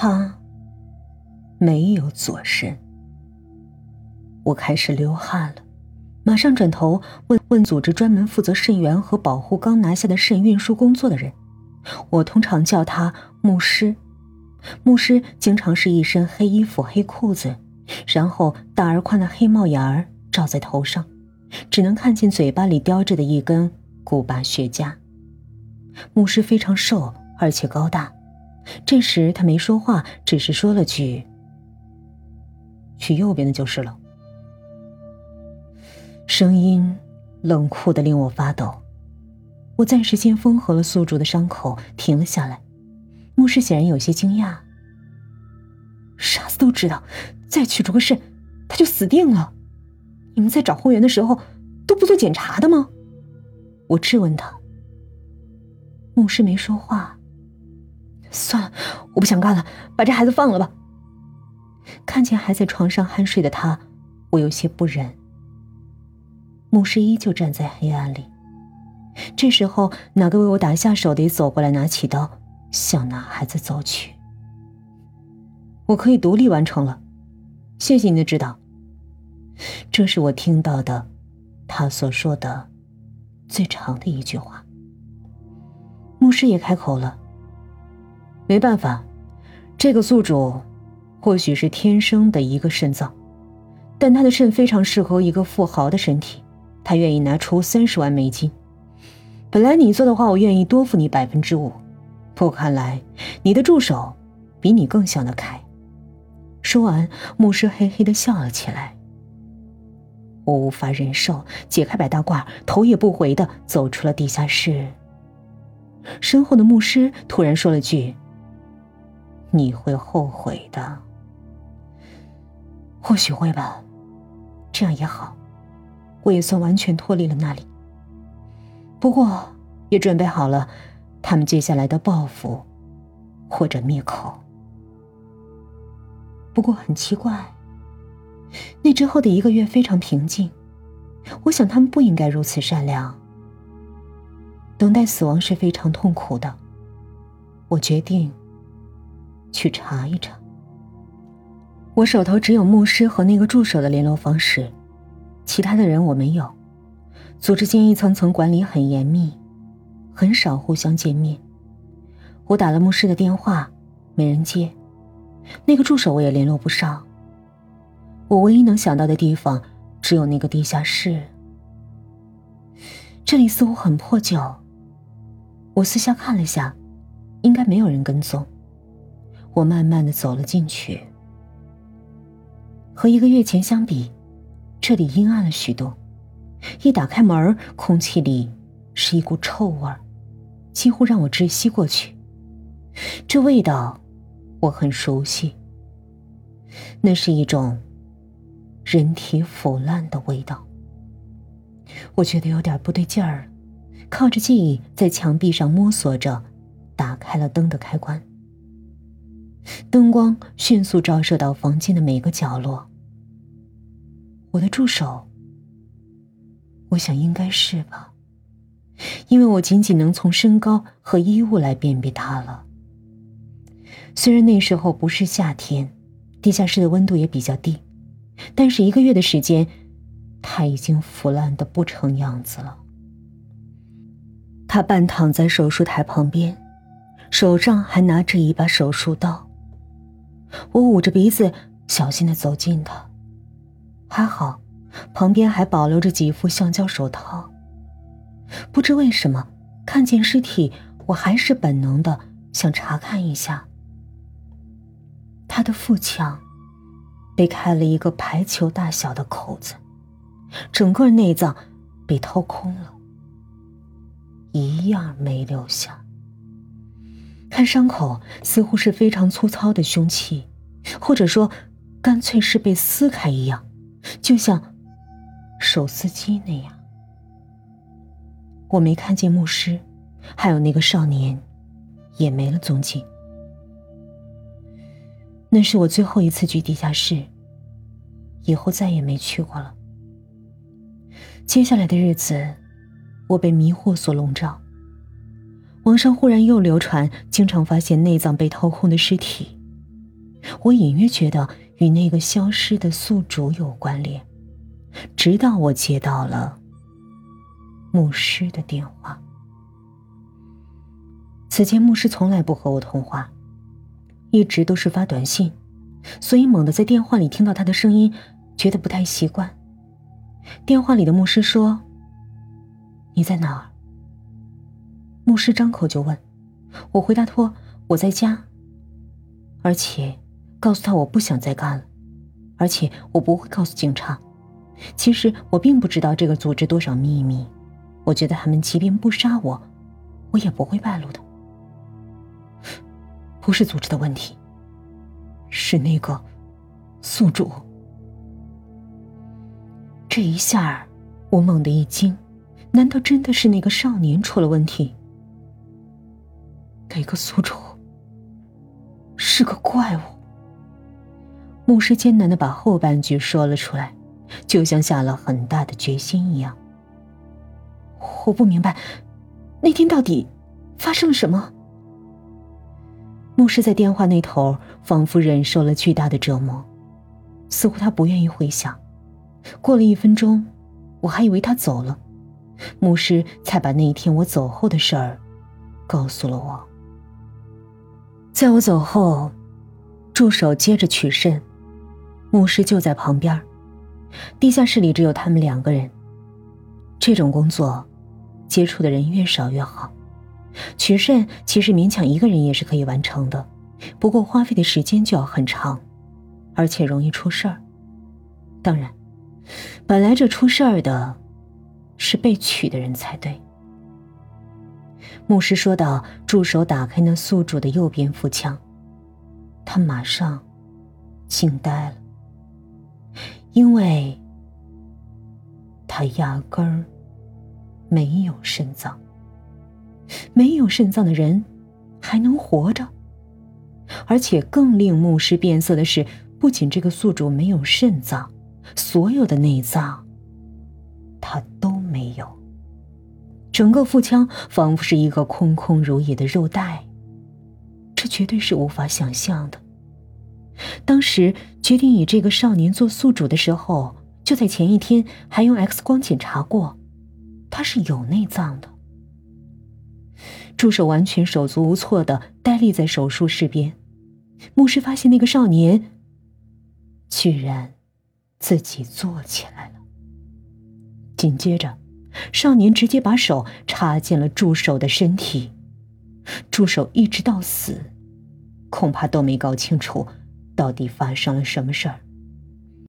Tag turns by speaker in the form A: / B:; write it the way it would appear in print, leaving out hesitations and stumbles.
A: 他没有左肾。我开始流汗了，马上转头问组织专门负责肾源和保护刚拿下的肾运输工作的人，我通常叫他牧师。牧师经常是一身黑衣服黑裤子，然后大而宽的黑帽檐儿罩在头上，只能看见嘴巴里叼着的一根古巴雪茄。牧师非常瘦而且高大，这时他没说话，只是说了句：去右边的就是了。声音冷酷地令我发抖。我暂时先缝合了宿主的伤口，停了下来。牧师显然有些惊讶。傻子都知道，再取出个肾他就死定了，你们在找后援的时候都不做检查的吗？我质问他。牧师没说话。算了，我不想干了，把这孩子放了吧。看见还在床上酣睡的他，我有些不忍。牧师依旧站在黑暗里。这时候哪个为我打下手的也走过来，拿起刀向那孩子走去。我可以独立完成了，谢谢你的指导。这是我听到的他所说的最长的一句话。牧师也开口了。没办法，这个宿主或许是天生的一个肾脏，但他的肾非常适合一个富豪的身体，他愿意拿出30万美金。本来你做的话，我愿意多付你5%，不过看来你的助手比你更想得开。说完，牧师嘿嘿地笑了起来。我无法忍受，解开白大褂，头也不回地走出了地下室。身后的牧师突然说了句：你会后悔的。或许会吧，这样也好，我也算完全脱离了那里。不过也准备好了他们接下来的报复或者灭口。不过很奇怪，那之后的1个月非常平静。我想他们不应该如此善良。等待死亡是非常痛苦的，我决定去查一查。我手头只有牧师和那个助手的联络方式，其他的人我没有。组织间一层层管理很严密，很少互相见面。我打了牧师的电话，没人接。那个助手我也联络不上。我唯一能想到的地方只有那个地下室。这里似乎很破旧。我四下看了下，应该没有人跟踪。我慢慢地走了进去。和1个月前相比，这里阴暗了许多。一打开门，空气里是一股臭味，几乎让我窒息过去。这味道我很熟悉，那是一种人体腐烂的味道。我觉得有点不对劲儿，靠着记忆在墙壁上摸索着打开了灯的开关。灯光迅速照射到房间的每个角落。我的助手，我想应该是吧，因为我仅仅能从身高和衣物来辨别他了。虽然那时候不是夏天，地下室的温度也比较低，但是1个月的时间，他已经腐烂得不成样子了。他半躺在手术台旁边，手上还拿着一把手术刀。我捂着鼻子小心地走近他，还好旁边还保留着几副橡胶手套。不知为什么，看见尸体我还是本能的想查看一下。他的腹腔被开了一个排球大小的口子，整个内脏被掏空了，一样没留下。看伤口似乎是非常粗糙的凶器，或者说干脆是被撕开一样，就像手撕鸡那样。我没看见牧师，还有那个少年也没了踪迹。那是我最后一次去地下室，以后再也没去过了。接下来的日子，我被迷惑所笼罩。网上忽然又流传经常发现内脏被掏空的尸体， 我隐约觉得与那个消失的宿主有关联，直到我接到了牧师的电话。此前牧师从来不和我通话，一直都是发短信，所以猛地在电话里听到他的声音，觉得不太习惯。电话里的牧师说：“你在哪儿？”牧师张口就问，我回答说我在家，而且告诉他我不想再干了，而且我不会告诉警察。其实我并不知道这个组织多少秘密，我觉得他们即便不杀我，我也不会败露的。不是组织的问题，是那个宿主。这一下我猛地一惊，难道真的是那个少年出了问题？那个宿主是个怪物。牧师艰难地把后半句说了出来，就像下了很大的决心一样。我不明白，那天到底发生了什么？牧师在电话那头仿佛忍受了巨大的折磨，似乎他不愿意回想。过了1分钟，我还以为他走了，牧师才把那一天我走后的事儿告诉了我。在我走后，助手接着取肾，牧师就在旁边。地下室里只有他们2个人。这种工作，接触的人越少越好。取肾其实勉强1个人也是可以完成的，不过花费的时间就要很长，而且容易出事儿。当然，本来这出事儿的是被取的人才对。牧师说道，助手打开那宿主的右边腹腔，他马上惊呆了，因为他压根儿没有肾脏。没有肾脏的人还能活着？而且更令牧师变色的是，不仅这个宿主没有肾脏，所有的内脏他都没有。整个腹腔仿佛是一个空空如也的肉袋，这绝对是无法想象的。当时决定以这个少年做宿主的时候，就在前一天还用 X 光检查过，他是有内脏的。助手完全手足无措地呆立在手术室边。牧师发现那个少年居然自己坐起来了。紧接着，少年直接把手插进了助手的身体。助手一直到死，恐怕都没搞清楚到底发生了什么事儿。